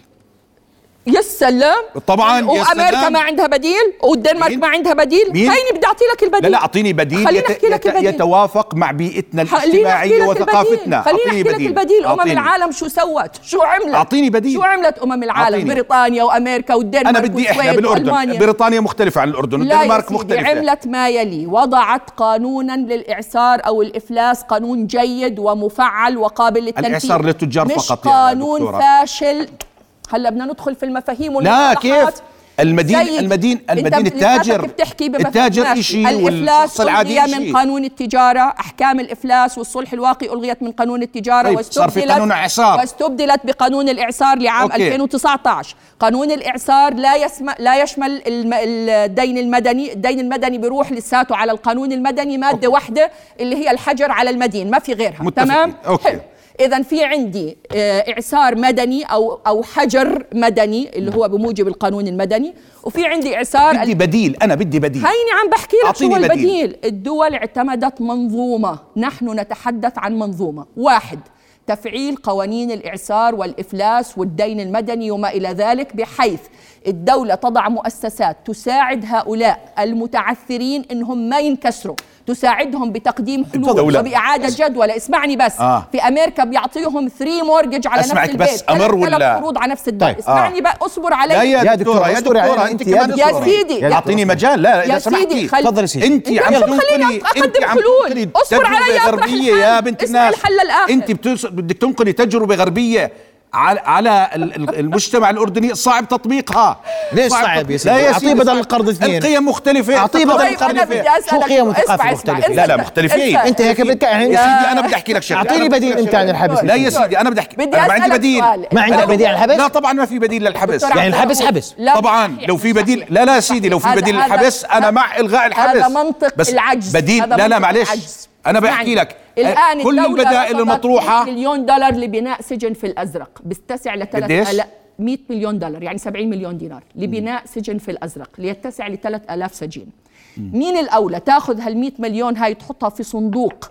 يا سلام. طبعا يا وأمريكا ما عندها بديل، والدنمارك ما عندها بديل. هيني بدي أعطي لك البديل. لا لا أعطيني بديل يت... يت... يتوافق مع بيئتنا الاجتماعية وثقافتنا. خليني أحكي لك البديل. أمم العالم شو سوت؟ شو عملت؟ أعطيني بديل. شو عملت أمم العالم؟ أعطيني. بريطانيا وأمريكا والدنمارك. أنا بدي إحنا بالأردن. بريطانيا مختلفة عن الأردن، الدنمارك مختلفة. عملت ما يلي: وضعت قانونا للإعسار أو الإفلاس، قانون جيد ومفعل وقابل للتنفيذ. الإعسار للتجار فقط، مش قانون فاشل. هلا بدنا ندخل في المفاهيم والمصطلحات. لا كيف المدين زيد. المدين المدين التاجر التاجر شيء الافلاس العادي من قانون التجاره. احكام الافلاس والصلح الواقي الغيت من قانون التجاره. طيب واستبدلت واستبدلت بقانون الاعسار لعام أوكي. ألفين وتسعة عشر. قانون الاعسار لا يسمى لا يشمل الدين المدني. الدين المدني بيروح لساته على القانون المدني ماده أوكي. واحده اللي هي الحجر على المدين، ما في غيرها. متفق. تمام أوكي. إذا في عندي إعسار مدني أو أو حجر مدني اللي هو بموجب القانون المدني، وفي عندي إعسار. بدي بديل، أنا بدي بديل. هيني عم بحكي لك شو البديل. بديل. الدول اعتمدت منظومة، نحن نتحدث عن منظومة. واحد، تفعيل قوانين الإعسار والإفلاس والدين المدني وما إلى ذلك، بحيث الدولة تضع مؤسسات تساعد هؤلاء المتعثرين إنهم ما ينكسروا، تساعدهم بتقديم حلول وبإعادة جدولة. اسمعني بس. آه. في أمريكا بيعطيهم ثري مورجج على نفس البيت. بس أمر ولا قروض على نفس البيت. طيب. اسمعني آه. بقى، اصبر علي. لا يا دكتورة يا دكتورة أنت كمان يا سيدي أعطيني مجال. لا إذا سمحتي تفضلي سيدي. أنت عم تنقلي أقدم حلول. اصبر علي غربية يا بنت الناس. أنت بدك تنقلي تجربة غربية على على المجتمع الأردني صعب تطبيقها. ليش صعب يا سيدي؟ أعطيه بدل القرض اثنين. القيم مختلفة. أعطيه بدل القرض اثنين. شو قيم وثقافة مختلفة؟ لا لا مختلفين. أنت هيك بدك يا سيدي أنا بدي أحكي لك شغلة. أعطيني بديل أنت عن الحبس. لا يا سيدي أنا بدي أحكي. أنا ما عندي بديل. ما عندك بديل عن الحبس؟ لا طبعا ما في بديل للحبس. يعني الحبس حبس. طبعا لو في بديل. لا لا سيدي لو في بديل للحبس أنا مع إلغاء الحبس. هذا منطق العجز. بديل. لا لا معلش أنا بحكي لك. الآن كل البدائل المطروحة مليون دولار لبناء سجن في الأزرق، بيتسع لثلاث آلاف مئة مليون دولار، يعني سبعين مليون دينار لبناء سجن في الأزرق ليتسع لثلاث آلاف سجين. مين الأولى تأخذ هالمئة مليون هاي تحطها في صندوق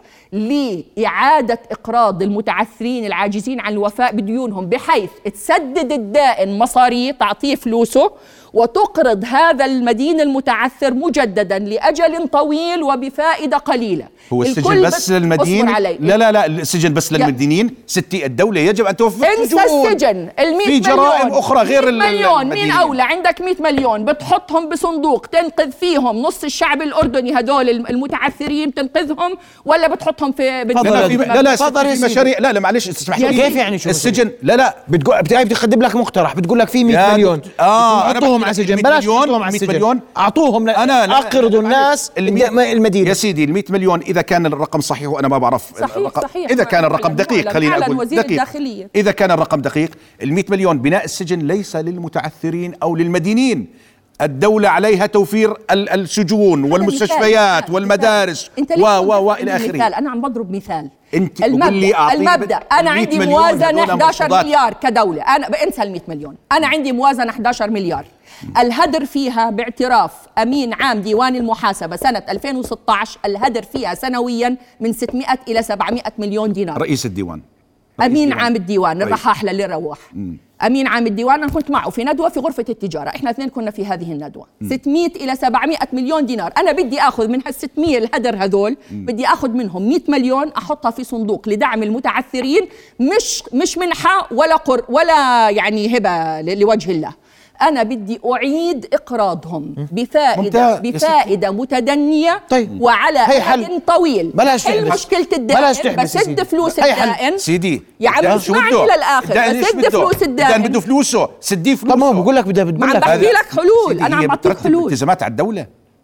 لإعادة إقراض المتعثرين العاجزين عن الوفاء بديونهم، بحيث تسدد الدائن مصاريه تعطيه فلوسه وتقرض هذا المدين المتعثر مجددا لأجل طويل وبفائدة قليلة؟ هو السجن بس للمدين؟ لا لا لا السجن بس للمدينين. ستي الدولة يجب أن توفر انسى السجن. المئة في جرائم أخرى غير المليون. مين أولى؟ عندك مئة مليون بتحطهم بصندوق تنقذ فيهم نص الشعب الأردني هدول المتعثرين تنقذهم، ولا بتحطهم في لا لا لا في مشاريع؟ لا لا معلش اسمح لي. كيف يعني شو السجن؟ لا لا بتقول بدي اقدم لك مقترح، بتقول لك في مئة مليون اه حطوهم على السجن، بلاش تحطوهم على السجن، اعطوهم انا اقرضوا الناس المدينه. يا سيدي ال مئة مليون اذا كان الرقم صحيح وانا ما بعرف صحيح الرقم صحيح اذا كان الرقم دقيق خلينا اقول دقيق. اذا كان الرقم دقيق ال مئة مليون بناء السجن ليس للمتعثرين او للمدينين. الدولة عليها توفير السجون والمستشفيات والمدارس و و و الى اخره. انا عم بضرب مثال. انت المبدأ, المبدأ انا عندي موازنة إحدى عشر مليار كدولة، انا بنسى ال مئة مليون، انا عندي موازنة إحدى عشر مليار. الهدر فيها باعتراف أمين عام ديوان المحاسبة سنة ألفين وستة عشر الهدر فيها سنويا من ستمئة إلى سبعمئة مليون دينار. رئيس الديوان امين عام الديوان الرحاحله اللي روح امين عام الديوان انا كنت معه في ندوه في غرفه التجاره، احنا اثنين كنا في هذه الندوه. ستمئة الى سبعمئة مليون دينار، انا بدي اخذ من هال ستمئة الهدر هذول بدي اخذ منهم مئة مليون احطها في صندوق لدعم المتعثرين، مش مش منحه ولا قر ولا يعني هبه لوجه الله. أنا بدي أعيد إقراضهم بفائدة بفائدة متدنية. طيب. وعلى أجل طويل. بلاش حل مشكلة الدائن، بسد فلوس الدائن سيدي يا عم اسمعني للآخر، بسد فلوس الدائن. بده فلوسه سديه فلوسه. طب ما بقول لك بدي بدي عم بحكي لك حلول، أنا عم بعطيك حلول. التزامات على الدولة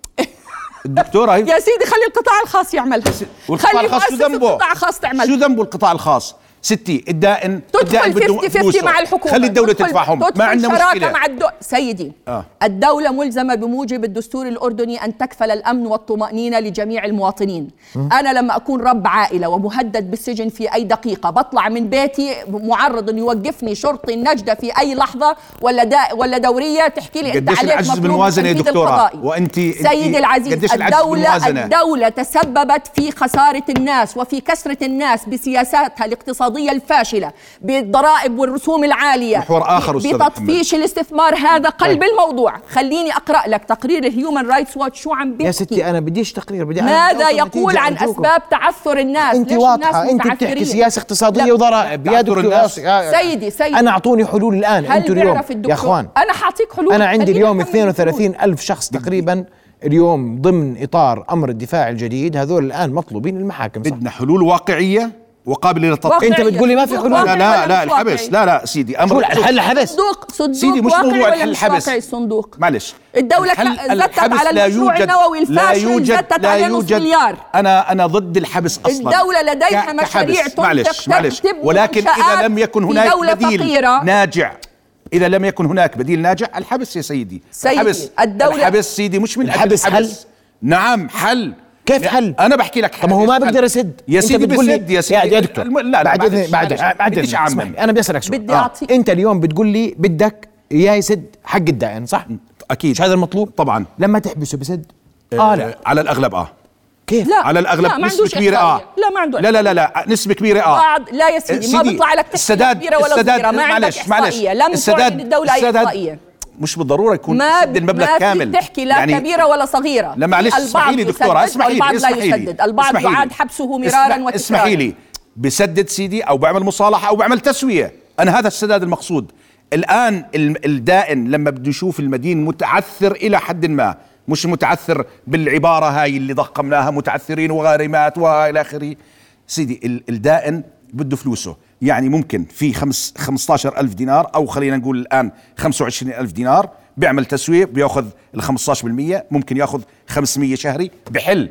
الدكتورة هي يا سيدي خلي القطاع الخاص يعملها، والقطاع الخاص شو ذنبه؟ القطاع الخاص تعمل شو ذنبه القطاع الخاص؟ ستي الدائن تدخل خمسين خمسين مع الحكومة، خلي الدولة تدفعهم، ما عندنا مشكلة مع الدو... سيدي آه. الدولة ملزمة بموجب الدستور الأردني أن تكفل الأمن والطمأنينة لجميع المواطنين. م. أنا لما أكون رب عائلة ومهدد بالسجن في أي دقيقة بطلع من بيتي معرض أن يوقفني شرطي النجدة في أي لحظة ولا دا ولا دورية تحكي لي أنت عليك مطلوب بالموازنة يا دكتورة وأنت سيدي العزيز. الدولة الدولة تسببت في خسارة الناس وفي كسرة الناس بسياساتها الاقتصادية الفاشلة، بالضرائب والرسوم العالية، محور آخر بتطفيش الاستثمار. هذا قلب طيب. الموضوع. خليني أقرأ لك تقرير الهيومن رايتس واتش شو عم بيحكي. يا ستي أنا بديش تقرير، بدي ماذا يقول عن أسباب تعثر الناس. أنت واضحة، أنت بتحكي سياسة اقتصادية وضرائب. يا دكتور سيدي سيدي أنا أعطوني حلول الآن. أنتوا اليوم يا أخوان أنا حاعطيك حلول. أنا عندي اليوم اثنين وثلاثين ألف شخص تقريبا اليوم ضمن إطار أمر الدفاع الجديد، هذول الآن مطلوبين المحاكم. بدنا حلول واقعية وقابله للتطبيق. انت بتقول لي ما في حلول؟ لا لا لا الحبس لا لا سيدي امر الحل حبس. صندوق صندوق سيدي مش موضوع الحل الحبس. الصندوق معلش الدولة زتت على المشروع النووي الفاشل، زتت على نص مليار. انا انا ضد الحبس اصلا. الدولة لديها مشاريع معلش معلش ولكن اذا لم يكن هناك بديل فقيرة. ناجع إذا لم يكن هناك بديل ناجع الحبس يا سيدي. سيدي الحبس الدولة الحبس سيدي مش من الحبس حل. نعم حل. كيف حل؟ انا بحكي لك طب هو ما بقدر اسد يا سيدي بسد يا سيدي يا دكتور. لا لا بعد اذن بعد بعد انا بدي اسالك سؤال. آه. انت اليوم بتقول لي بدك اياه يسد حق الدائن صح؟ اكيد مش هذا المطلوب؟ طبعا. لما تحبسه بسد؟ اه, آه لا على الاغلب اه كيف؟ لا على الاغلب لا نسبة كبيرة اه لا ما عنده لا لا لا لا نسبة كبيرة اه بعض لا يا سيدي ما بيطلع لك تحكي كبيرة ولا صغيرة، ما عندك احصائية، لم تعلن الدولة اي احصائية. مش بالضروره يكون ما سد المبلغ ما كامل، ما تحكي لا يعني كبيره ولا صغيره. لا معلش اسمحي لي دكتوره، اسمحي لي البعض لا يسدد، البعض يعاد حبسه مرارا وتكرارا. اسمحي لي بسدد سيدي او بعمل مصالحه او بعمل تسويه، انا هذا السداد المقصود. الان الدائن لما بده يشوف المدين متعثر الى حد ما، مش متعثر بالعباره هاي اللي ضخمناها متعثرين وغارمات والى اخره، سيدي الدائن بده فلوسه. يعني ممكن في خمس خمسة عشر ألف دينار أو خلينا نقول الآن خمسة وعشرين ألف دينار بيعمل تسوية بياخذ ال خمسة عشر بالمئة، ممكن ياخذ خمسمية شهري بحل،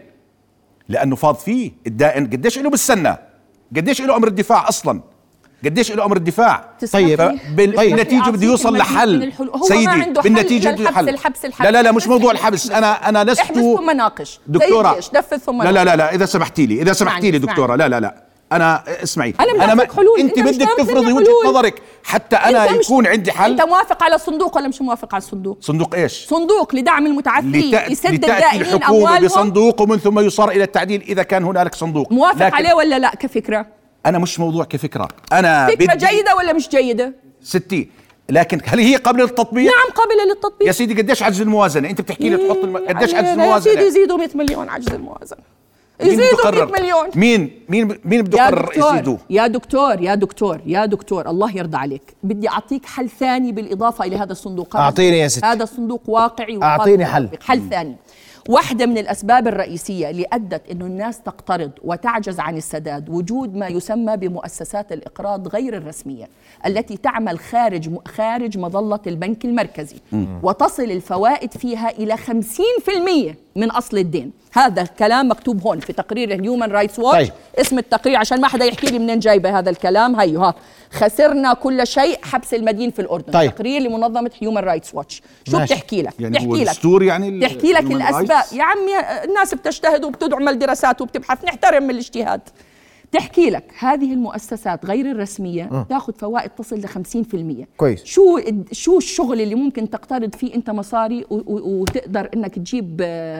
لأنه فاض فيه الدائن. قديش له بالسنة؟ قديش له أمر الدفاع أصلا؟ قديش له أمر الدفاع؟ طيب بالنتيجة بده يوصل لحل سيدي، بالنتيجة بده حل. الحبس الحبس لا لا لا مش موضوع الحبس، أنا أنا لست احبس ثم ناقش دكتورة. ثم لا لا لا لا إذا سمحتي لي إذا سمحتي لي دكتورة لا لا لا أنا اسمعي أنا, أنا ما حلول. أنت بدك تفرضي وجهة نظرك حتى أنا يكون عندي حل. أنت موافق على الصندوق ولا مش موافق على الصندوق؟ صندوق إيش؟ صندوق لدعم المتعثرين لتأ... يسد الدائنين الحكومة أموالهم بصندوق ومن ثم يصار إلى التعديل إذا كان هنالك صندوق. موافق لكن... عليه ولا لا كفكرة؟ أنا مش موضوع كفكرة، أنا فكرة بدي... جيدة ولا مش جيدة؟ ستي، لكن هل هي قابلة للتطبيق؟ نعم قابلة للتطبيق. يا سيدي قديش عجز الموازنة؟ أنت بتحكي لي تحط الم... قديش عجز الموازنة؟ يا سيدي يزيدوا مئة مليون عجز الموازنة، يزيدوا مئة مليون. مين مين مين بده يقرر يزيدوا؟ يا دكتور يا دكتور يا دكتور الله يرضى عليك، بدي أعطيك حل ثاني بالإضافة إلى هذا الصندوق. أعطيني يا ستي. هذا الصندوق واقعي. أعطيني حل. حل ثاني. واحدة من الأسباب الرئيسية اللي أدت إنه الناس تقترض وتعجز عن السداد وجود ما يسمى بمؤسسات الإقراض غير الرسمية التي تعمل خارج خارج مظلة البنك المركزي، وتصل الفوائد فيها إلى خمسين بالمئة من أصل الدين. هذا الكلام مكتوب هون في تقرير الهيومن رايتس واتش. طيب. اسم التقرير عشان ما حدا يحكي لي منين جايبه هذا الكلام. هيو ها خسرنا كل شيء، حبس المدين في الأردن. طيب. تقرير لمنظمة هيومن رايتس واتش. شو ماشي. بتحكي لك؟ يعني بتحكي لك يعني بتحكي لك الأسباب. يا عمي الناس بتجتهد وبتدعم الدراسات وبتبحث، نحترم الاجتهاد. تحكي لك هذه المؤسسات غير الرسمية م. تاخذ فوائد تصل ل خمسين بالمئة. كويس. شو شو الشغل اللي ممكن تقترض فيه انت مصاري وتقدر انك تجيب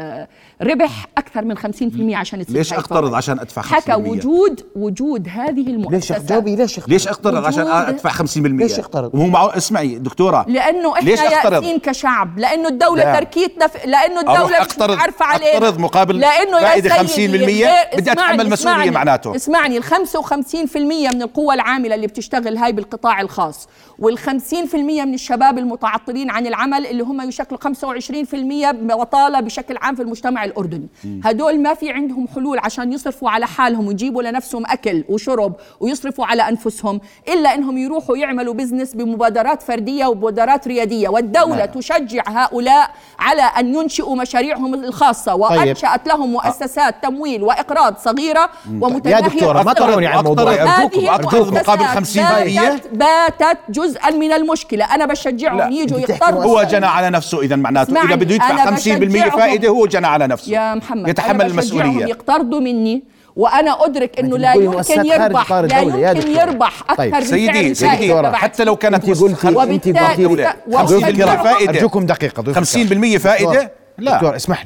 ربح اكثر من خمسين بالمئة عشان تصير؟ ليش اقترض عشان ادفع خمسين بالمئة؟ حكى وجود وجود هذه المؤسسات. ليش جاوبي ليش اقترض؟ ليش اقترض عشان ادفع خمسين بالمئة؟ ليش اقترض؟ وهو معه اسمعي دكتوره، لانه احنا يائسين كشعب، لانه الدوله لا. تركيتنا ف... لانه الدوله مش عارفه علينا اقترض مقابل لانه فائده خمسين بالمئة بدي اتحمل مسؤوليه. معناته اسمعني ال خمسة وخمسين بالمئة من القوى العامله اللي بتشتغل هاي بالقطاع الخاص وال خمسين بالمئة من الشباب المتعطلين عن العمل اللي هم يشكلوا خمسة وعشرين بالمئة بطاله بشكل عام في المجتمع الاردني، هدول ما في عندهم حلول عشان يصرفوا على حالهم ويجيبوا لنفسهم اكل وشرب ويصرفوا على انفسهم الا انهم يروحوا يعملوا بزنس بمبادرات فرديه ومبادرات رياديه، والدوله لا. تشجع هؤلاء على ان ينشئوا مشاريعهم الخاصه وانشات طيب. لهم مؤسسات تمويل واقراض صغيره ومتناهيه. يا دكتوره ما تروني على الموضوع، ارجوكم ارجوكم مقابل خمسين بالمئة باتت جزءا من المشكله. انا بشجعهم يجوا يقترضوا. هو جنى على نفسه اذا معناته اذا بده يدفع خمسين بالمئة فائده هو جنى على نفسه يا محمد. يتحمل المسؤوليه. يقترضوا مني وانا ادرك انه لا يمكن يربح لا يمكن يربح اكثر طيب. من سيدي سيدي حتى لو كانت وبالتالي خمسين بالمئة فائده ارجوكم دقيقه خمسين بالمئة فائده. لا دكتور اسمح لي،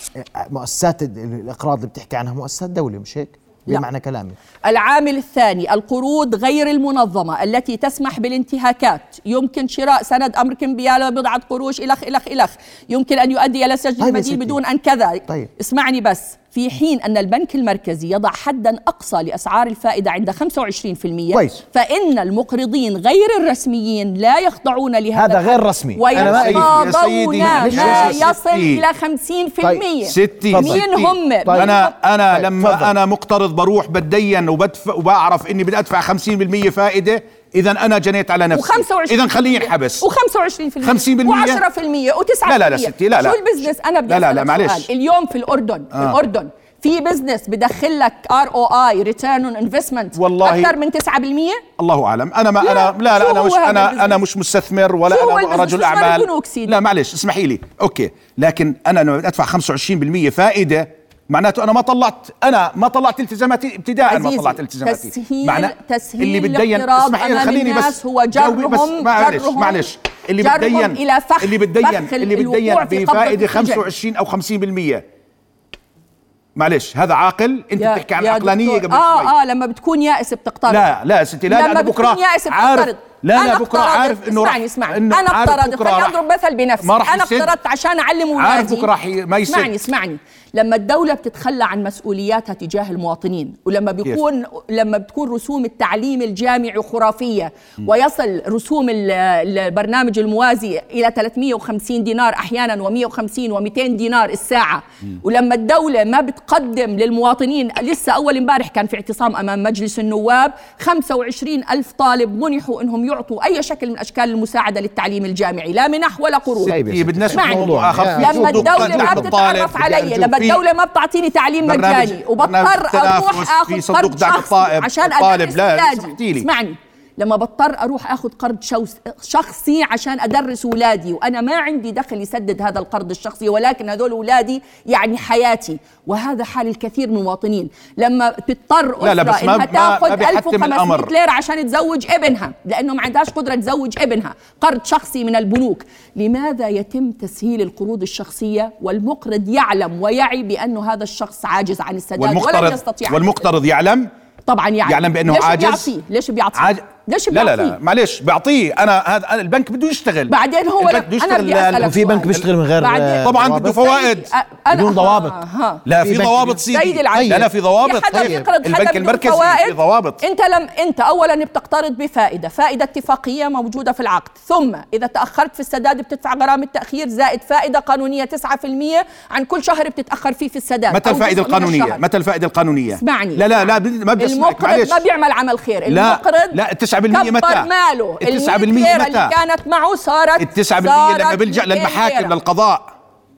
مؤسسات الاقراض اللي بتحكي عنها مؤسسات دولة مش هيك بمعنى كلامي؟ العامل الثاني القروض غير المنظمة التي تسمح بالانتهاكات، يمكن شراء سند أمر كمبيالة بضعة قروش إلخ إلخ إلخ، يمكن أن يؤدي إلى سجن طيب المدين بدون أن كذا. طيب. اسمعني بس، في حين أن البنك المركزي يضع حدا أقصى لأسعار الفائدة عند خمسة وعشرين بالمئة كويس. فإن المقرضين غير الرسميين لا يخضعون لهذا، هذا غير رسمي، ويقتضون ما يصل إلى خمسين بالمئة. ستي مين هم؟ طيب. أنا أنا طيب. لما فضل. أنا مقترض بروح بتدين وبدفع وبعرف إني بدي أدفع خمسين بالمئة فائدة، إذا أنا جنيت على نفسي، إذا خليني ينحبس وخمسة وعشرين بالمئة خمسين بالمئة وعشرة بالمئة وتسعة بالمئة. لا لا لا ستي لا لا شو البزنس؟ أنا بدي لا لا لا معلش. اليوم في الأردن آه. في الأردن في بزنس بدخل لك ار او اي ريتيرن اون انفستمنت اكثر من تسعة بالمئة. الله اعلم. انا ما لا. انا لا لا انا مش انا انا مش مستثمر ولا انا رجل اعمال. لا معلش اسمحي لي اوكي، لكن انا لما ادفع خمسة وعشرين بالمئة فائده معناته انا ما طلعت انا ما طلعت التزاماتي ابتداء، ما طلعت التزاماتي. تسهيل تسهيل اللي بتدين اسمحي خليني بس هو جرهم معلش معلش اللي بتدين اللي بتدين اللي بتدين بفائده خمسة وعشرين او خمسين بالمئة معلش هذا عاقل؟ انت بتحكي عن عقلانيه قبل اه شوي. اه لما بتكون يائس بتقترض. لا لا ستي لا لما لا بكره عارف لا لا بكره عارف انه اسمعني اسمعني انا افترضت، خليني اضرب مثل بنفسي، انا افترضت عشان اعلم اولادي عارف بكره ما يصير. اسمعني اسمعني لما الدولة بتتخلى عن مسؤولياتها تجاه المواطنين، ولما بيكون لما بتكون رسوم التعليم الجامعي خرافية م. ويصل رسوم البرنامج الموازي إلى ثلاثمئة وخمسين دينار أحيانا ومئة وخمسين ومئتين دينار الساعة م. ولما الدولة ما بتقدم للمواطنين، لسه أول امبارح كان في اعتصام أمام مجلس النواب خمسة وعشرين ألف طالب منحوا إنهم يعطوا أي شكل من أشكال المساعدة للتعليم الجامعي، لا منح ولا قروض. لما الدولة ما بتتعرف علي، لما الدولة ما بتعطيني تعليم مجاني وبضطر اروح اخذ قرض شخصي عشان ادرس اولادي. اسمعني، لما بضطر اروح اخذ قرض شخصي عشان ادرس اولادي وانا ما عندي دخل يسدد هذا القرض الشخصي، ولكن هذول اولادي يعني حياتي، وهذا حال الكثير من المواطنين. لما تضطر اسره لا لا انها تاخذ ألف وخمسمئة ليره عشان تزوج ابنها لانه ما عندهاش قدره تزوج ابنها، قرض شخصي من البنوك. لماذا يتم تسهيل القروض الشخصية والمقرض يعلم ويعي بأنه هذا الشخص عاجز عن السداد ولن يستطيع؟ والمقترض يعلم طبعا يعلم, يعلم بأنه ليش عاجز. بيعطيه؟ ليش بيعطيه؟ عاج... ليش بيعطيه؟ لا لا لا معلش بيعطيه. أنا هذا البنك بده يشتغل، بعدين هو البنك بده يشتغل. أنا في بنك بيشتغل من غير طبعا بده فوائد بدون ضوابط. لا في ضوابط سيدي، لا لا في ضوابط. البنك المركزي في ضوابط. انت لم انت اولا بتقترض بفائده، فائده اتفاقيه موجوده في العقد، ثم اذا تاخرت في السداد بتدفع غرامه تاخير زائد فائده قانونيه تسعة بالمئة عن كل شهر بتتاخر فيه في السداد. متى الفائده القانونيه؟ متى الفائده القانونيه؟ اسمعني لا لا لا ما بدي اسمعك معلش. المقرض ما بيعمل عمل خير، المقرض لا تسعة بالمئة متى؟ كبر ماله، التسعة بالمئة متى؟ اللي كانت معه صارت التسعة بالمئة لما بيلجأ للمحاكم للقضاء.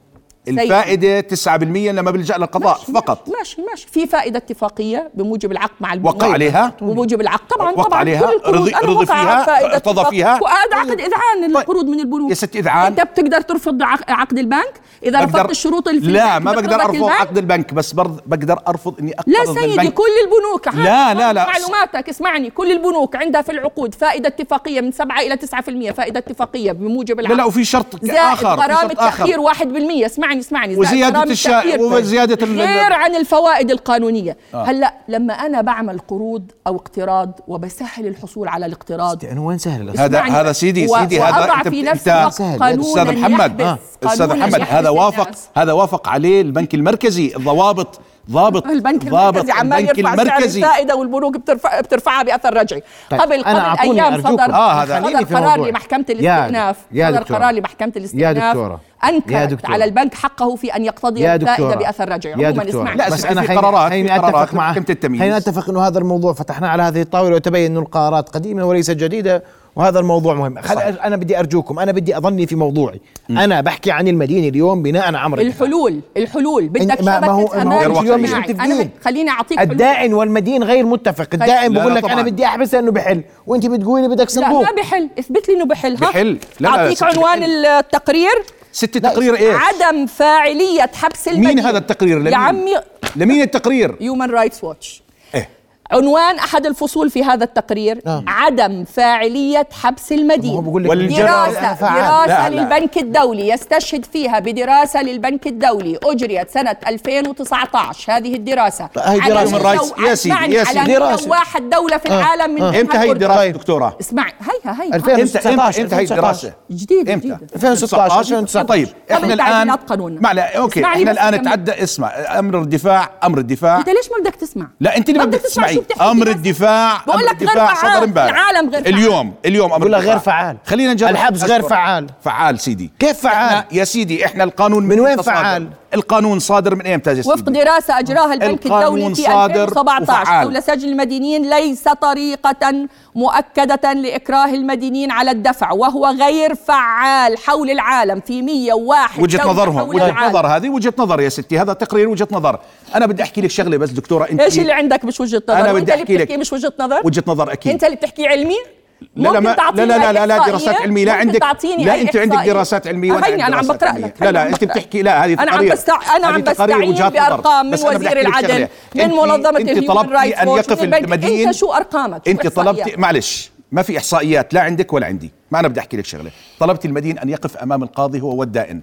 الفائده تسعة بالمئة لما بيلجأ للقضاء ماشي فقط. ماشي ماشي في فائده اتفاقيه بموجب العقد مع البنوك وقع عليها وموجب العقد طبعا وقع طبعا عليها كل القروض رضي, أنا رضي فيها ارتضى فيها وهذا عقد اذعان للقروض من البنوك. يا ست اذعان انت بتقدر ترفض عقد البنك اذا رفضت الشروط اللي في لا ما بقدر ارفض البنك. عقد البنك بس برضه بقدر ارفض اني اقترض لا سيدي البنك. كل البنوك لا لا لا معلوماتك اسمعني كل البنوك عندها في العقود فائده اتفاقيه من سبعة الى تسعة بالمئة فائده اتفاقيه بموجب العقد. لا لا وفي شرط اخر غرامه التاخير واحد بالمئة اسمعني اسمعني وزياده الشا... وزياده غير عن الفوائد القانونيه. آه. هلا لما انا بعمل قروض او اقتراض وبسهل الحصول على الاقتراض انا وين سهل هذا هذا سيدي سيدي هذا انت في نفس استاذ محمد آه. استاذ محمد هذا وافق هذا وافق عليه البنك المركزي الضوابط ضابط البنك ضابط المركزي عمال يرفع المركزي. سعر الفائده والبنوك بترفع بترفعها باثر رجعي. طيب قبل قبل ايام صدر آه صدر قرار لمحكمه الاستئناف صدر قرار لمحكمه الاستئناف انكرت على البنك حقه في ان يقتضي الفائده باثر رجعي. عموما اسمعني لا بس انا في قرارات خليني اتفق معك خلينا نتفق انه هذا الموضوع فتحناه على هذه الطاوله وتبين انه القرارات قديمه وليست جديده وهذا الموضوع مهم. انا بدي ارجوكم انا بدي اظني في موضوعي. م. انا بحكي عن المدينه اليوم بناء على عمر الحلول الحلول بدك ما, ما هو اليوم مش متفقين. خليني اعطيك الدائن والمدين غير متفق. الدائن بقول لك انا بدي احبس انه بحل وانت بتقولي بدك صندوق. لا ما بحل اثبت لي انه بحل. ها بحل اعطيك عنوان التقرير ست تقرير ايش؟ عدم فاعليه حبس المدين. مين هذا التقرير لمين؟ يا عمي لمين التقرير؟ هيومن رايتس واتش. إيه؟ عنوان أحد الفصول في هذا التقرير آه. عدم فاعلية حبس المدين. دراسة دراسة لا للبنك الدولي يستشهد فيها بدراسة للبنك الدولي أجريت سنة ألفين وتسعة عشر. هذه الدراسة هي دراسة من رايس يا سيدي يا سيدي دراسة واحد دولة في العالم من آه. امتى هي الدراسة دكتورة؟ اسمعي هيها هي ألفين وتسعة عشر امتى هي الدراسة؟ جديد امتى؟ ألفين وستة عشر. طيب احنا الآن معلش اوكي احنا الآن تعدى اسمع امر الدفاع امر الدفاع. انت ليش ما بدك تسمع؟ لا انت اللي ما بدك تسمعي. امر الدفاع بقول لك غير فعال العالم غير فعال. اليوم اليوم امر الدفاع غير فعال. خلينا نجرب الحبس غير فعال. فعال سيدي كيف فعال يا سيدي؟ احنا القانون من وين فعال؟ القانون صادر من ايمتى يا سيدي؟ وفق دراسة أجراها البنك الدولي في ألفين وسبعة عشر حول سجن المدينين ليس طريقة مؤكدة لإكراه المدينين على الدفع وهو غير فعال حول العالم في مئة وواحد وجهة نظرهم وجهة نظر هذه وجهة نظر يا ستي هذا تقرير وجهة نظر. أنا بدي أحكي لك شغلة بس دكتورة أنت إيش اللي عندك مش وجهة نظر؟ أنا بدي أحكي لك مش وجهة نظر؟ وجهة نظر أكيد. أنت اللي بتحكي علمي؟ لا لا لا لا لا لا دراسات علمية لا عندك لا أنت عندك دراسات علمية ولا أنا عم بقرأ لك. لا لا أنت بتحكي لا هذه أنا عم بستع... أنا عم بستعين بأرقام من وزير العدل من منظمة الهيومن رايتس أن يقف المدين. أنت شو أرقامك؟ أنت طلبتي معلش ما في إحصائيات لا عندك ولا عندي. ما أنا بدي أحكي لك شغلة. طلبت المدين أن يقف أمام القاضي هو والدائن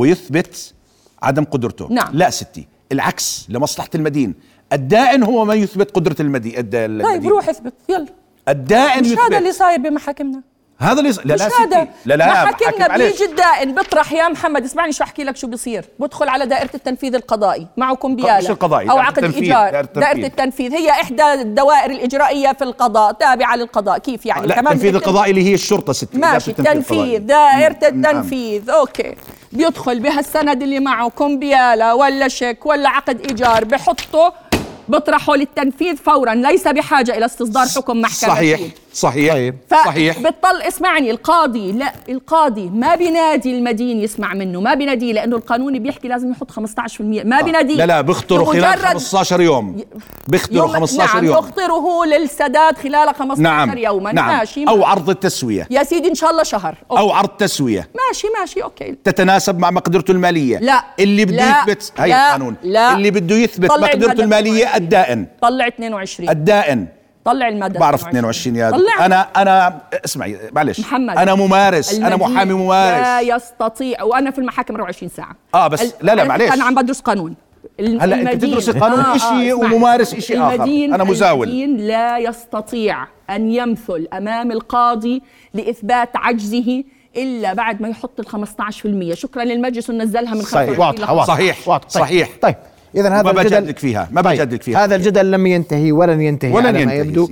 ويثبت عدم قدرته. نعم. لا ستي العكس لمصلحة المدين. الدائن هو من يثبت قدرة المدين. طيب روح اثبت يلا. الدائن مش هذا اللي صاير بمحاكمنا. هذا اللي لا لا ستي لا لا محاكمنا بيجي الدائن بطرح يا محمد اسمعني شو احكي لك شو بيصير. بدخل على دائرة التنفيذ القضائي معكم بياله القضائي او عقد ايجار. دائرة, دائرة التنفيذ هي احدى الدوائر الاجرائيه في القضاء تابعه للقضاء. كيف يعني؟ لا التنفيذ القضائي اللي هي الشرطه ستي. ماشي التنفيذ دائرة التنفيذ اوكي. بيدخل بهالسند اللي معه كومبيالا ولا شيك ولا عقد ايجار بحطه بطرحه للتنفيذ فورا ليس بحاجة إلى استصدار حكم محكمة. صحيح صحيح طيب. صحيح. بتطل اسمعني القاضي لا القاضي ما بينادي المدين يسمع منه ما بيناديه لأنه القانون بيحكي لازم يحط خمسة عشر بالمئة ما بيناديه. لا لا بيخطره خلال خمسة عشر يوم بيخطره خمسة عشر نعم يوم بيخطره للسداد خلال خمسة عشر نعم. يوما. نعم. ماشي أو عرض التسوية يا سيدي إن شاء الله شهر أوكي. أو عرض تسوية ماشي ماشي أوكي تتناسب مع مقدرته المالية. لا اللي بده يثبت هاي القانون لا. اللي بده يثبت مقدرته المالية الدائن. طلع اثنين وعشرين الدائن طلع المادة بعرف اثنين وعشرين يا انا انا اسمعي معلش محمد انا ممارس انا محامي ممارس لا يستطيع وانا في المحاكم أربعة وعشرين ساعة. اه بس لا لا معلش انا عم بدرس قانون. هلا انت بتدرس القانون آه شيء آه وممارس شيء اخر. انا مزاول. المدين لا يستطيع ان يمثل امام القاضي لاثبات عجزه الا بعد ما يحط ال خمسة عشر بالمئة. شكرا للمجلس ونزلها من صحيح واضح صحيح واضح. صحيح طيب إذا هذا ما الجدل بجدد فيها ما بجدد طيب. فيها هذا الجدل لم ينتهي ولن ينتهي ولن على ينتهي ما يبدو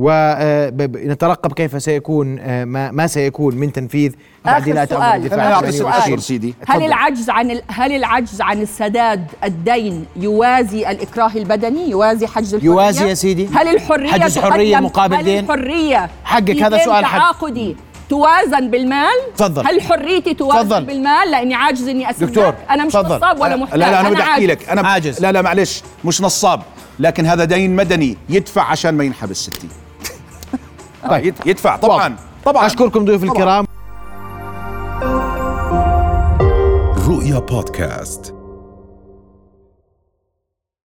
ونترقب كيف سيكون ما, ما سيكون من تنفيذ تعديلات أمر الدفاع. سؤال سيدي هل العجز عن هل العجز عن السداد الدين يوازي الإكراه البدني يوازي حجز الحرية؟ يوازي يا سيدي. هل الحرية حجز حرية مقابل دين؟ هل الحرية حقك هذا سؤال تعاقدي توازن بالمال؟ تفضل. هل حريتي توازن تفضل. بالمال لاني عاجز اني اسدك؟ دكتور انا مش تفضل. نصاب ولا محتاج. لا لا انا بدي احكي عاجز. لك انا عاجز. لا لا معلش مش نصاب، لكن هذا دين مدني يدفع عشان ما ينحبس ستي. طيب يدفع طبعا طبعا. اشكركم ضيوف الكرام. رؤيا بودكاست.